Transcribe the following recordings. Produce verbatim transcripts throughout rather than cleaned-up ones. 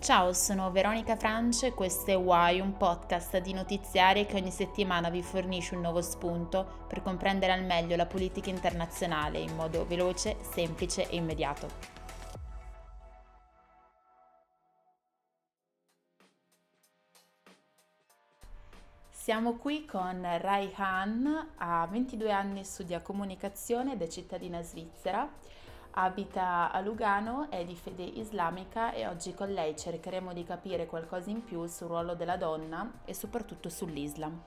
Ciao, sono Veronica France e questo è Why, un podcast di notiziari che ogni settimana vi fornisce un nuovo spunto per comprendere al meglio la politica internazionale in modo veloce, semplice e immediato. Siamo qui con Raihan, ha ventidue anni, studia comunicazione ed è cittadina svizzera. Abita a Lugano, è di fede islamica e oggi con lei cercheremo di capire qualcosa in più sul ruolo della donna e soprattutto sull'Islam.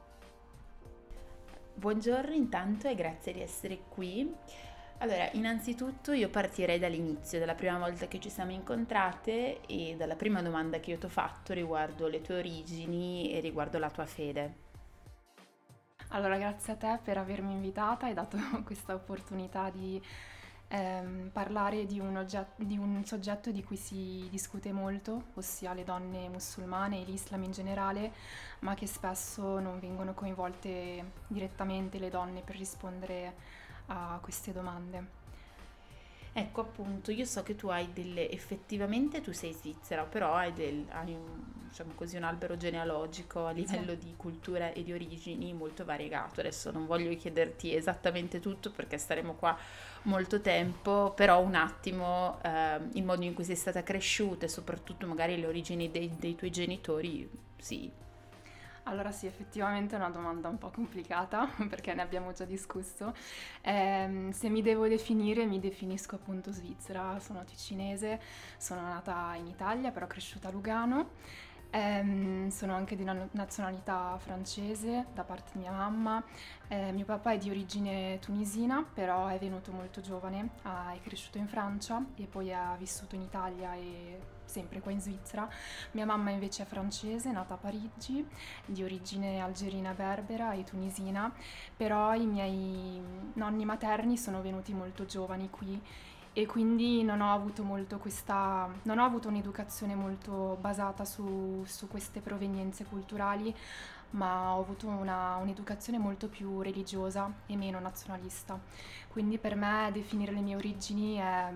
Buongiorno intanto e grazie di essere qui. Allora, innanzitutto io partirei dall'inizio, dalla prima volta che ci siamo incontrate e dalla prima domanda che io ti ho fatto riguardo le tue origini e riguardo la tua fede. Allora, grazie a te per avermi invitata e dato questa opportunità di ehm, parlare di un, ogget- di un soggetto di cui si discute molto, ossia le donne musulmane e l'Islam in generale, ma che spesso non vengono coinvolte direttamente le donne per rispondere a queste domande. Ecco appunto, io so che tu hai delle, effettivamente tu sei svizzera, però hai, del, hai un, diciamo così, un albero genealogico a livello Sì. di cultura e di origini molto variegato. Adesso non voglio chiederti esattamente tutto perché staremo qua molto tempo, però un attimo eh, il modo in cui sei stata cresciuta e soprattutto magari le origini dei, dei tuoi genitori, sì. Allora sì, effettivamente è una domanda un po' complicata perché ne abbiamo già discusso. Ehm, se mi devo definire, mi definisco appunto svizzera, sono ticinese, sono nata in Italia, però cresciuta a Lugano. Ehm, sono anche di una nazionalità francese da parte di mia mamma. Eh, mio papà è di origine tunisina, però è venuto molto giovane, ha- è cresciuto in Francia e poi ha vissuto in Italia e sempre qua in Svizzera. Mia mamma invece è francese, nata a Parigi, di origine algerina berbera e tunisina, però i miei nonni materni sono venuti molto giovani qui e quindi non ho avuto molto questa, non ho avuto un'educazione molto basata su, su queste provenienze culturali, ma ho avuto una, un'educazione molto più religiosa e meno nazionalista. Quindi per me definire le mie origini è,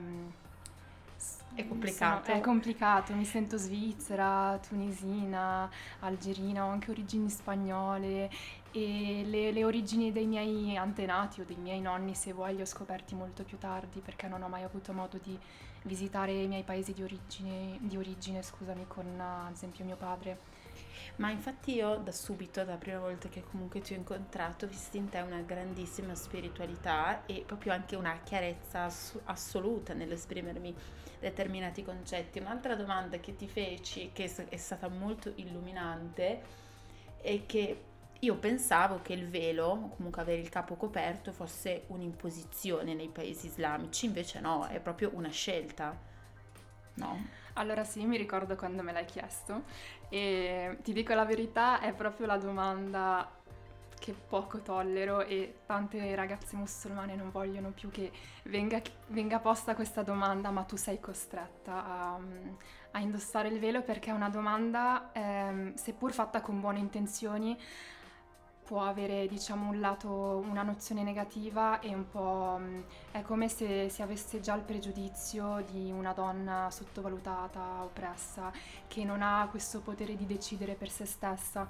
È sono- è complicato. complicato, mi sento svizzera, tunisina, algerina, ho anche origini spagnole e le, le origini dei miei antenati o dei miei nonni, se voglio, ho scoperti molto più tardi perché non ho mai avuto modo di visitare i miei paesi di origine, di origine, scusami, con ad esempio mio padre. Ma infatti io da subito, da prima volta che comunque ti ho incontrato, ho visto in te una grandissima spiritualità e proprio anche una chiarezza ass- assoluta nell'esprimermi determinati concetti. Un'altra domanda che ti feci, che è s- è stata molto illuminante, è che io pensavo che il velo, o comunque avere il capo coperto, fosse un'imposizione nei paesi islamici, invece no, è proprio una scelta, no? Allora sì, mi ricordo quando me l'hai chiesto e ti dico la verità, è proprio la domanda che poco tollero e tante ragazze musulmane non vogliono più che venga, venga posta questa domanda, ma tu sei costretta a, a indossare il velo perché è una domanda, ehm, seppur fatta con buone intenzioni, può avere, diciamo, un lato, una nozione negativa e un po' mh, è come se si avesse già il pregiudizio di una donna sottovalutata, oppressa, che non ha questo potere di decidere per se stessa.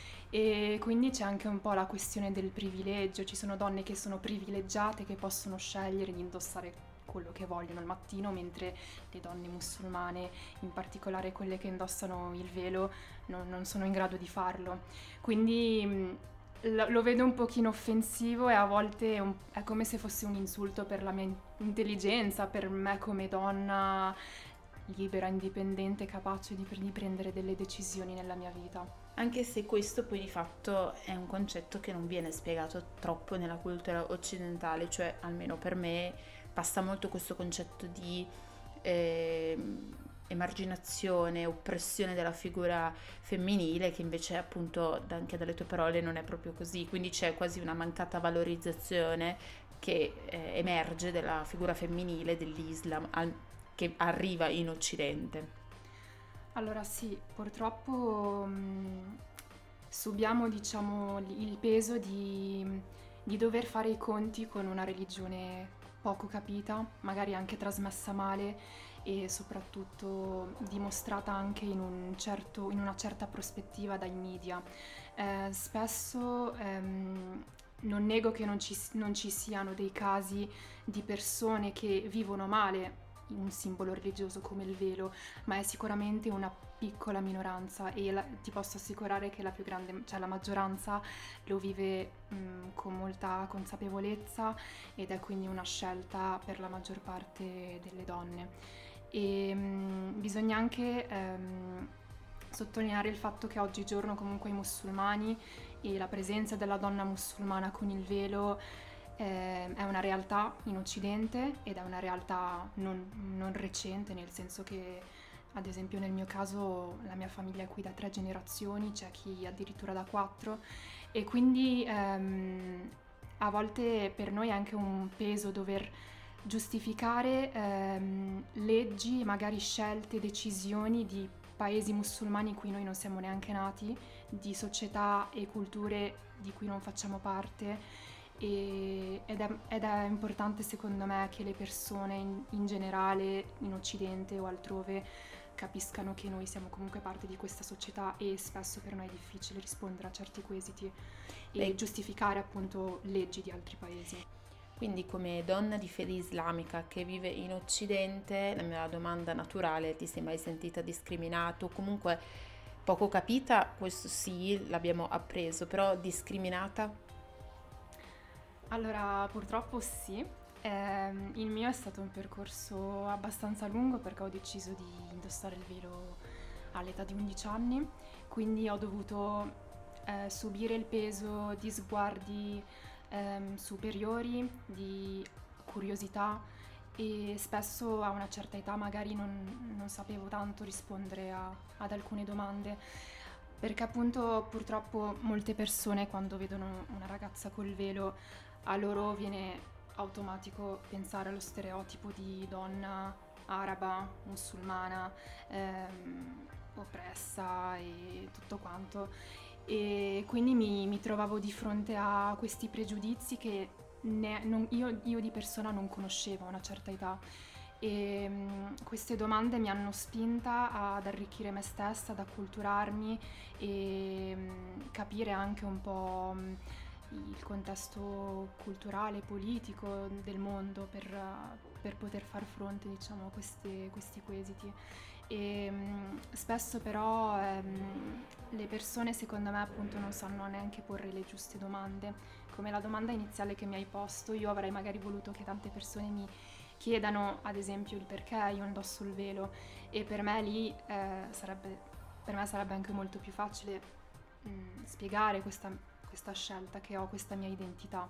E quindi c'è anche un po' la questione del privilegio, ci sono donne che sono privilegiate, che possono scegliere di indossare quello che vogliono al mattino, mentre le donne musulmane, in particolare quelle che indossano il velo, non, non sono in grado di farlo. Quindi mh, lo lo vedo un pochino offensivo e a volte è, un- è come se fosse un insulto per la mia in- intelligenza, per me come donna libera, indipendente, capace di, pre- di prendere delle decisioni nella mia vita. Anche se questo poi di fatto è un concetto che non viene spiegato troppo nella cultura occidentale, cioè almeno per me passa molto questo concetto di ehm, emarginazione, oppressione della figura femminile, che invece appunto da- anche dalle tue parole non è proprio così, quindi c'è quasi una mancata valorizzazione che eh, emerge della figura femminile dell'Islam al- che arriva in Occidente. Allora sì, purtroppo mh, subiamo, diciamo, l- il peso di, di dover fare i conti con una religione poco capita, magari anche trasmessa male e soprattutto dimostrata anche in, un certo, in una certa prospettiva dai media. Eh, spesso ehm, non nego che non ci, non ci siano dei casi di persone che vivono male un simbolo religioso come il velo, ma è sicuramente una piccola minoranza e la, ti posso assicurare che la più grande, cioè la maggioranza lo vive mh, con molta consapevolezza ed è quindi una scelta per la maggior parte delle donne. E mh, bisogna anche ehm, sottolineare il fatto che oggigiorno comunque i musulmani e la presenza della donna musulmana con il velo eh, è una realtà in Occidente ed è una realtà non, non recente, nel senso che ad esempio nel mio caso la mia famiglia è qui da tre generazioni, c'è chi addirittura da quattro e quindi ehm, a volte per noi è anche un peso dover giustificare ehm, leggi, magari scelte, decisioni di paesi musulmani in cui noi non siamo neanche nati, di società e culture di cui non facciamo parte e, ed, è, ed è importante secondo me che le persone in, in generale in Occidente o altrove capiscano che noi siamo comunque parte di questa società e spesso per noi è difficile rispondere a certi quesiti e Beh. giustificare appunto leggi di altri paesi. Quindi come donna di fede islamica che vive in Occidente, la mia domanda naturale, ti sei mai sentita discriminato? Comunque poco capita, questo sì, l'abbiamo appreso, però discriminata? Allora, purtroppo sì. Eh, il mio è stato un percorso abbastanza lungo perché ho deciso di indossare il velo all'età di undici anni, quindi ho dovuto eh, subire il peso di sguardi ehm, superiori, di curiosità e spesso a una certa età magari non, non sapevo tanto rispondere a, ad alcune domande perché appunto purtroppo molte persone quando vedono una ragazza col velo a loro viene automatico pensare allo stereotipo di donna araba, musulmana, ehm, oppressa e tutto quanto e quindi mi, mi trovavo di fronte a questi pregiudizi che ne, non, io, io di persona non conoscevo a una certa età e um, queste domande mi hanno spinta ad arricchire me stessa, ad acculturarmi e um, capire anche un po' um, il contesto culturale, politico del mondo per, per poter far fronte diciamo a queste, questi quesiti. E, um, spesso però um, le persone secondo me appunto non sanno neanche porre le giuste domande, come la domanda iniziale che mi hai posto. Io avrei magari voluto che tante persone mi chiedano ad esempio il perché io indosso il velo e per me lì eh, sarebbe, per me sarebbe anche molto più facile mh, spiegare questa, questa scelta che ho, questa mia identità.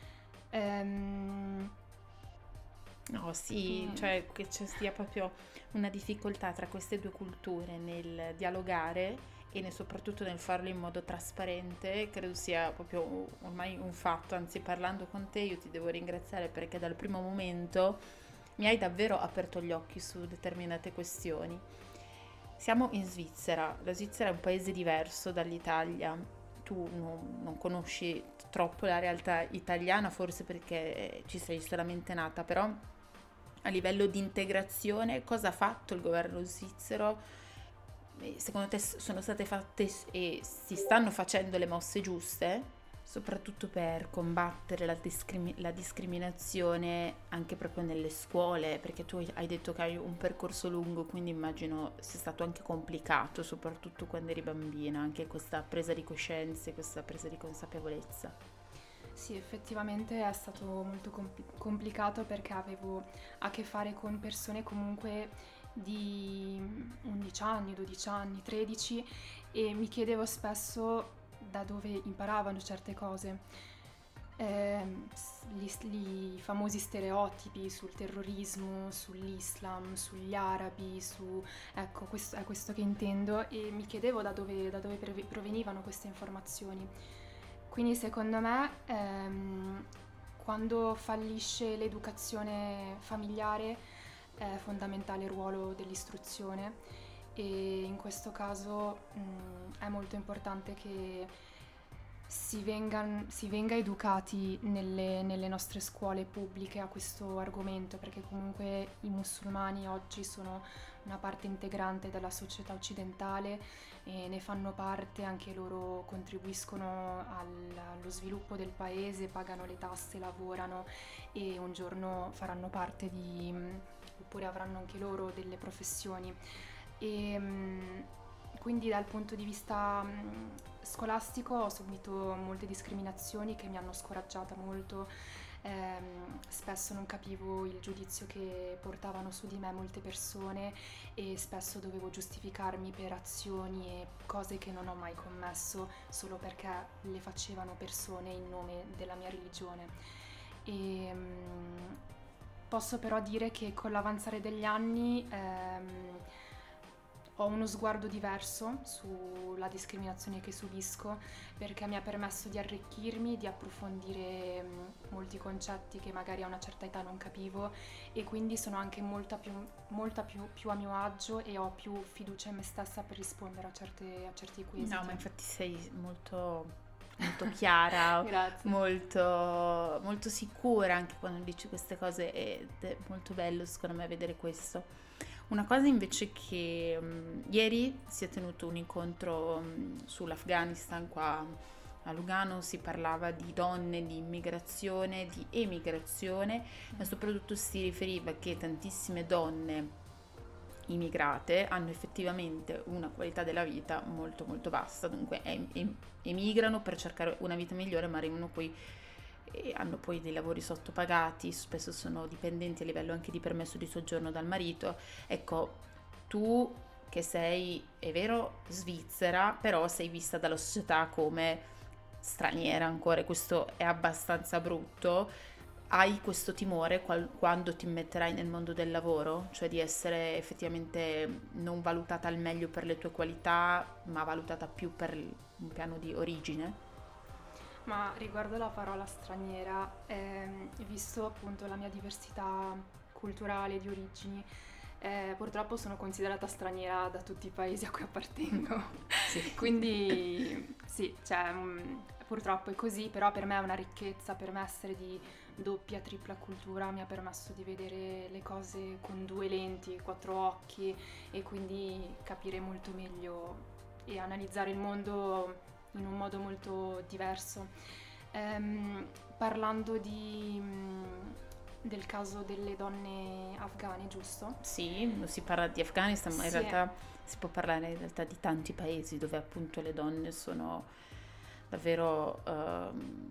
Ehm, No, sì, mm. cioè che ci sia proprio una difficoltà tra queste due culture nel dialogare e ne, soprattutto nel farlo in modo trasparente, credo sia proprio ormai un fatto, anzi parlando con te io ti devo ringraziare perché dal primo momento mi hai davvero aperto gli occhi su determinate questioni. Siamo in Svizzera, la Svizzera è un paese diverso dall'Italia, tu non, non conosci troppo la realtà italiana forse perché ci sei solamente nata, però a livello di integrazione cosa ha fatto il governo svizzero? Secondo te sono state fatte e si stanno facendo le mosse giuste, soprattutto per combattere la, discrimi- la discriminazione anche proprio nelle scuole, perché tu hai detto che hai un percorso lungo, quindi immagino sia stato anche complicato, soprattutto quando eri bambina, anche questa presa di coscienza, questa presa di consapevolezza. Sì, effettivamente è stato molto compl- complicato perché avevo a che fare con persone comunque di undici anni, dodici anni, tredici e mi chiedevo spesso da dove imparavano certe cose. Eh, gli, gli famosi stereotipi sul terrorismo, sull'Islam, sugli arabi, su ecco, questo, è questo che intendo e mi chiedevo da dove, da dove provenivano queste informazioni. Quindi secondo me ehm, quando fallisce l'educazione familiare è fondamentale il ruolo dell'istruzione e in questo caso mh, è molto importante che si venga, si venga educati nelle, nelle nostre scuole pubbliche a questo argomento, perché comunque i musulmani oggi sono una parte integrante della società occidentale e ne fanno parte, anche loro contribuiscono al- allo sviluppo del paese, pagano le tasse, lavorano e un giorno faranno parte di, oppure avranno anche loro delle professioni. E, mh, quindi dal punto di vista mh, scolastico ho subito molte discriminazioni che mi hanno scoraggiata molto. Ehm, spesso non capivo il giudizio che portavano su di me molte persone e spesso dovevo giustificarmi per azioni e cose che non ho mai commesso solo perché le facevano persone in nome della mia religione. E, mh, posso però dire che con l'avanzare degli anni ehm, ho uno sguardo diverso sulla discriminazione che subisco, perché mi ha permesso di arricchirmi, di approfondire mh, molti concetti che magari a una certa età non capivo e quindi sono anche molta più, molta più, più a mio agio e ho più fiducia in me stessa per rispondere a, certe, a certi quesiti. No, ma infatti sei molto, molto chiara, Grazie. molto, molto sicura anche quando dici queste cose ed è molto bello secondo me vedere questo. Una cosa invece che mh, ieri si è tenuto un incontro mh, sull'Afghanistan qua a Lugano, si parlava di donne, di immigrazione, di emigrazione, ma soprattutto si riferiva che tantissime donne immigrate hanno effettivamente una qualità della vita molto molto bassa, dunque em- em- emigrano per cercare una vita migliore, ma arrivano qui e hanno poi dei lavori sottopagati, spesso sono dipendenti a livello anche di permesso di soggiorno dal marito. Ecco, tu che sei, è vero, svizzera, però sei vista dalla società come straniera ancora, e questo è abbastanza brutto. Hai questo timore qual- quando ti metterai nel mondo del lavoro, cioè di essere effettivamente non valutata al meglio per le tue qualità, ma valutata più per un piano di origine? Ma riguardo la parola straniera, ehm, visto appunto la mia diversità culturale, di origini, eh, purtroppo sono considerata straniera da tutti i paesi a cui appartengo. Sì. Quindi sì, cioè, mh, purtroppo è così, però per me è una ricchezza, per me essere di doppia, tripla cultura mi ha permesso di vedere le cose con due lenti, quattro occhi e quindi capire molto meglio e analizzare il mondo in un modo molto diverso. Ehm, parlando di, mh, del caso delle donne afghane, giusto? Sì, si parla di Afghanistan, ma in Sì. realtà si può parlare in realtà di tanti paesi dove appunto le donne sono davvero ehm,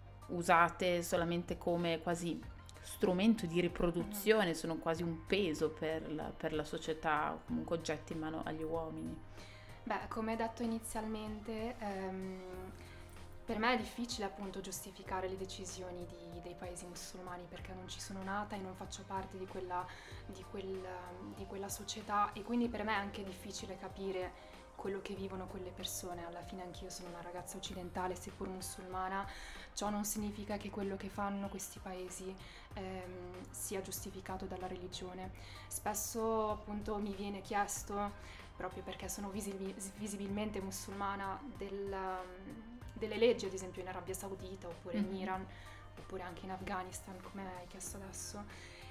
usate solamente come quasi strumento di riproduzione, sono quasi un peso per la, per la società, comunque oggetti in mano agli uomini. Beh, come detto inizialmente, ehm, per me è difficile appunto giustificare le decisioni di- dei paesi musulmani perché non ci sono nata e non faccio parte di quella, di quel- di quella società e quindi per me è anche difficile capire quello che vivono quelle persone. Alla fine anch'io sono una ragazza occidentale, seppur musulmana, ciò non significa che quello che fanno questi paesi ehm, sia giustificato dalla religione. Spesso appunto mi viene chiesto proprio perché sono visibi- visibilmente musulmana, del, um, delle leggi, ad esempio in Arabia Saudita oppure in Mhm. Iran, oppure anche in Afghanistan, come hai chiesto adesso.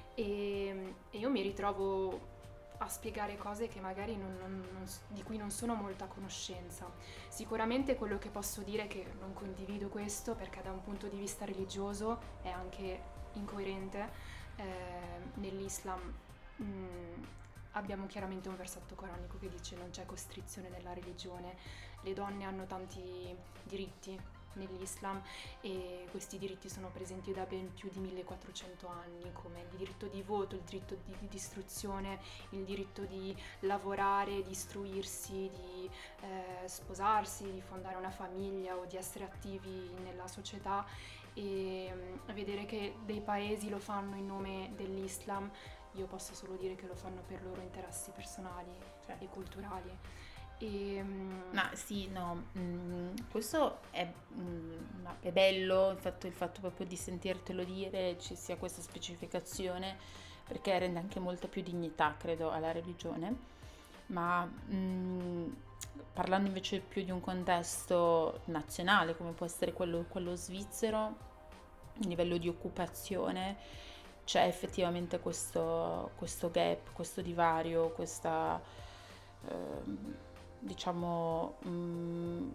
E, e io mi ritrovo a spiegare cose che magari non- non- non s- di cui non sono molto a conoscenza. Sicuramente quello che posso dire è che non condivido questo perché da un punto di vista religioso è anche incoerente. Eh, nell'Islam mh, abbiamo chiaramente un versetto coranico che dice non c'è costrizione nella religione, le donne hanno tanti diritti nell'Islam e questi diritti sono presenti da ben più di millequattrocento anni, come il diritto di voto, il diritto di, di istruzione, il diritto di lavorare, di istruirsi, di eh, sposarsi, di fondare una famiglia o di essere attivi nella società e mm, vedere che dei paesi lo fanno in nome dell'Islam, io posso solo dire che lo fanno per loro interessi personali Certo. e culturali. E, mm, Ma sì, no, mm, questo è, mm, no, è bello, il fatto, il fatto proprio di sentirtelo dire, ci sia questa specificazione, perché rende anche molta più dignità, credo, alla religione. Ma mh, parlando invece più di un contesto nazionale, come può essere quello, quello svizzero, a livello di occupazione, c'è effettivamente questo, questo gap, questo divario, questa, ehm, diciamo, mh,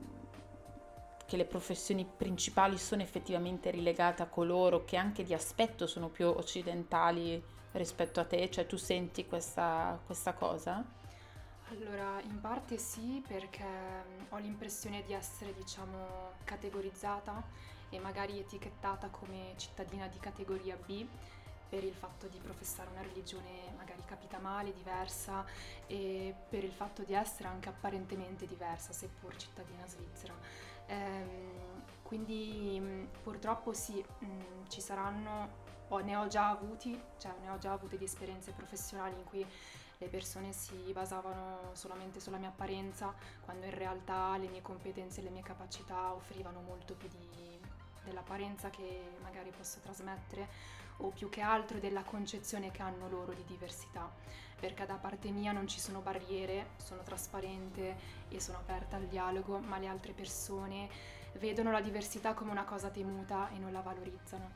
che le professioni principali sono effettivamente rilegate a coloro che anche di aspetto sono più occidentali rispetto a te, cioè tu senti questa, questa cosa? Allora, in parte sì, perché mm, ho l'impressione di essere, diciamo, categorizzata e magari etichettata come cittadina di categoria B per il fatto di professare una religione magari capita male, diversa, e per il fatto di essere anche apparentemente diversa, seppur cittadina svizzera. Ehm, quindi mh, purtroppo sì, mh, ci saranno, o ne ho già avuti, cioè ne ho già avute di esperienze professionali in cui le persone si basavano solamente sulla mia apparenza, quando in realtà le mie competenze e le mie capacità offrivano molto più di, dell'apparenza che magari posso trasmettere, o più che altro della concezione che hanno loro di diversità, perché da parte mia non ci sono barriere, sono trasparente e sono aperta al dialogo, ma le altre persone vedono la diversità come una cosa temuta e non la valorizzano.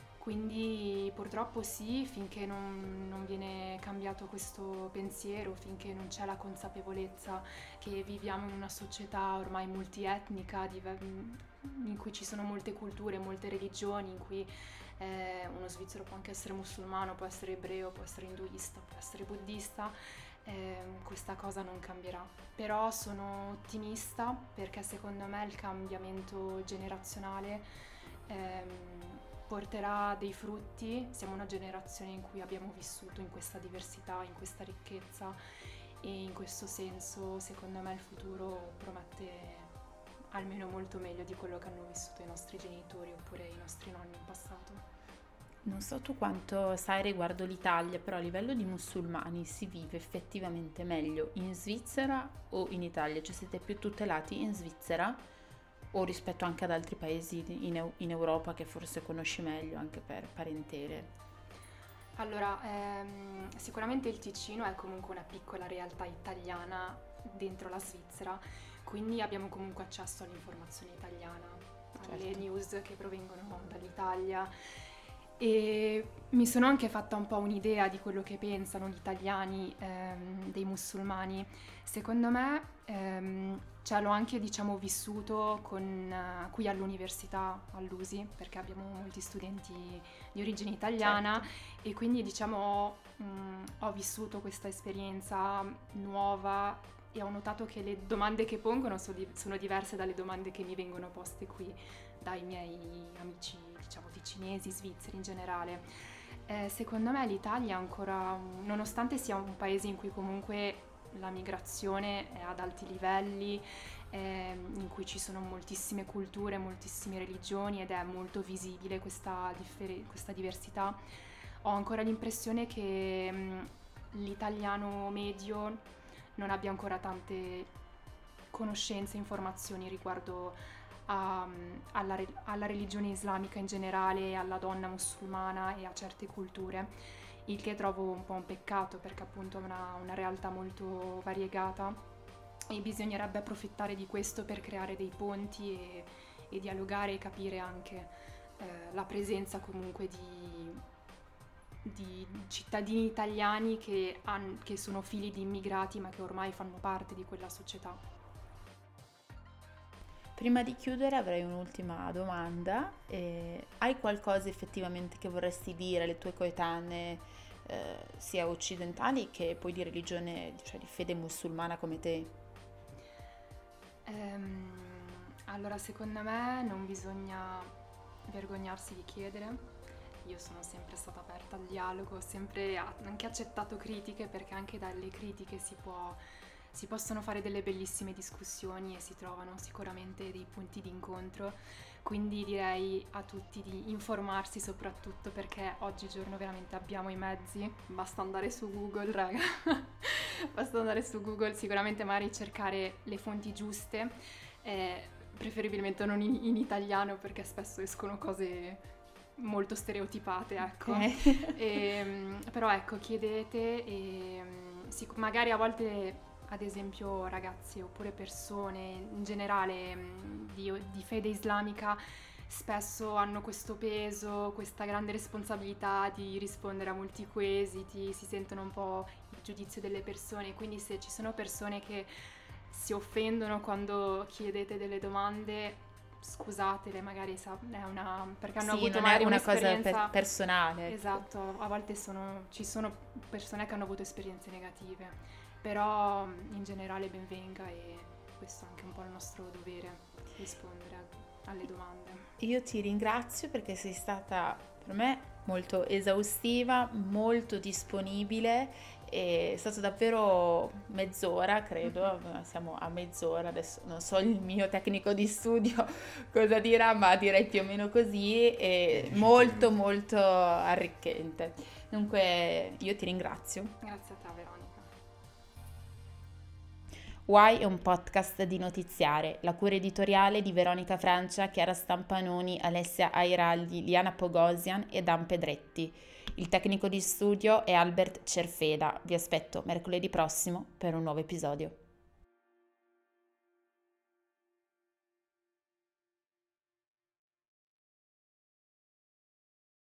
Quindi purtroppo sì, finché non, non viene cambiato questo pensiero, finché non c'è la consapevolezza che viviamo in una società ormai multietnica, diver- in cui ci sono molte culture, molte religioni, in cui eh, uno svizzero può anche essere musulmano, può essere ebreo, può essere induista, può essere buddista, eh, questa cosa non cambierà. Però sono ottimista perché secondo me il cambiamento generazionale ehm, porterà dei frutti. Siamo una generazione in cui abbiamo vissuto in questa diversità, in questa ricchezza, e in questo senso secondo me il futuro promette almeno molto meglio di quello che hanno vissuto i nostri genitori oppure i nostri nonni in passato. Non so tu quanto sai riguardo l'Italia, però a livello di musulmani si vive effettivamente meglio in Svizzera o in Italia? Cioè siete più tutelati in Svizzera o rispetto anche ad altri paesi in, Eu- in Europa che forse conosci meglio anche per parentele? Allora, ehm, sicuramente il Ticino è comunque una piccola realtà italiana dentro la Svizzera, quindi abbiamo comunque accesso all'informazione italiana, alle Certo. news che provengono dall'Italia, e mi sono anche fatta un po' un'idea di quello che pensano gli italiani ehm, dei musulmani. Secondo me, ehm, cioè l'ho anche diciamo vissuto con, eh, qui all'università, all'U S I, perché abbiamo molti studenti di origine italiana, Certo. e quindi diciamo mh, ho vissuto questa esperienza nuova e ho notato che le domande che pongono so di- sono diverse dalle domande che mi vengono poste qui dai miei amici, diciamo, ticinesi, svizzeri in generale. Eh, secondo me l'Italia ancora, un- nonostante sia un paese in cui comunque la migrazione è ad alti livelli, ehm, in cui ci sono moltissime culture, moltissime religioni ed è molto visibile questa, differ- questa diversità, ho ancora l'impressione che mh, l'italiano medio non abbia ancora tante conoscenze e informazioni riguardo a- alla, re- alla religione islamica in generale, alla donna musulmana e a certe culture, il che trovo un po' un peccato perché appunto è una, una realtà molto variegata e bisognerebbe approfittare di questo per creare dei ponti e, e dialogare e capire anche eh, la presenza comunque di, di cittadini italiani che, han- che sono figli di immigrati ma che ormai fanno parte di quella società. Prima di chiudere avrei un'ultima domanda. Eh, hai qualcosa effettivamente che vorresti dire alle tue coetanee, eh, sia occidentali che poi di religione, cioè di fede musulmana come te? Ehm, allora, secondo me non bisogna vergognarsi di chiedere. Io sono sempre stata aperta al dialogo, ho sempre a- anche accettato critiche perché anche dalle critiche si può, si possono fare delle bellissime discussioni e si trovano sicuramente dei punti di incontro. Quindi direi a tutti di informarsi soprattutto perché oggigiorno veramente abbiamo i mezzi, basta andare su Google, raga. Basta andare su Google, sicuramente magari cercare le fonti giuste, eh, preferibilmente non in, in italiano perché spesso escono cose molto stereotipate, ecco. Ok. Ehm, però ecco, chiedete e mm, sic- magari a volte ad esempio ragazzi oppure persone in generale mh, di, di fede islamica spesso hanno questo peso, questa grande responsabilità di rispondere a molti quesiti, si sentono un po' il giudizio delle persone, quindi se ci sono persone che si offendono quando chiedete delle domande, scusatele, magari sa- è una perché hanno Sì, avuto non è magari una cosa un'esperienza per- personale. ecco. Esatto, a volte sono, ci sono persone che hanno avuto esperienze negative, però mh, in generale ben venga e questo è anche un po' il nostro dovere, rispondere a- alle domande. Io ti ringrazio perché sei stata per me molto esaustiva, molto disponibile. È stato davvero mezz'ora, credo, siamo a mezz'ora, adesso non so il mio tecnico di studio cosa dirà, ma direi più o meno così, e molto molto arricchente. Dunque io ti ringrazio. Grazie a te, Veronica. Why è un podcast di Notiziare, la cura editoriale di Veronica Francia, Chiara Stampanoni, Alessia Airagli, Liana Pogosian e Dan Pedretti. Il tecnico di studio è Albert Cerfeda. Vi aspetto mercoledì prossimo per un nuovo episodio.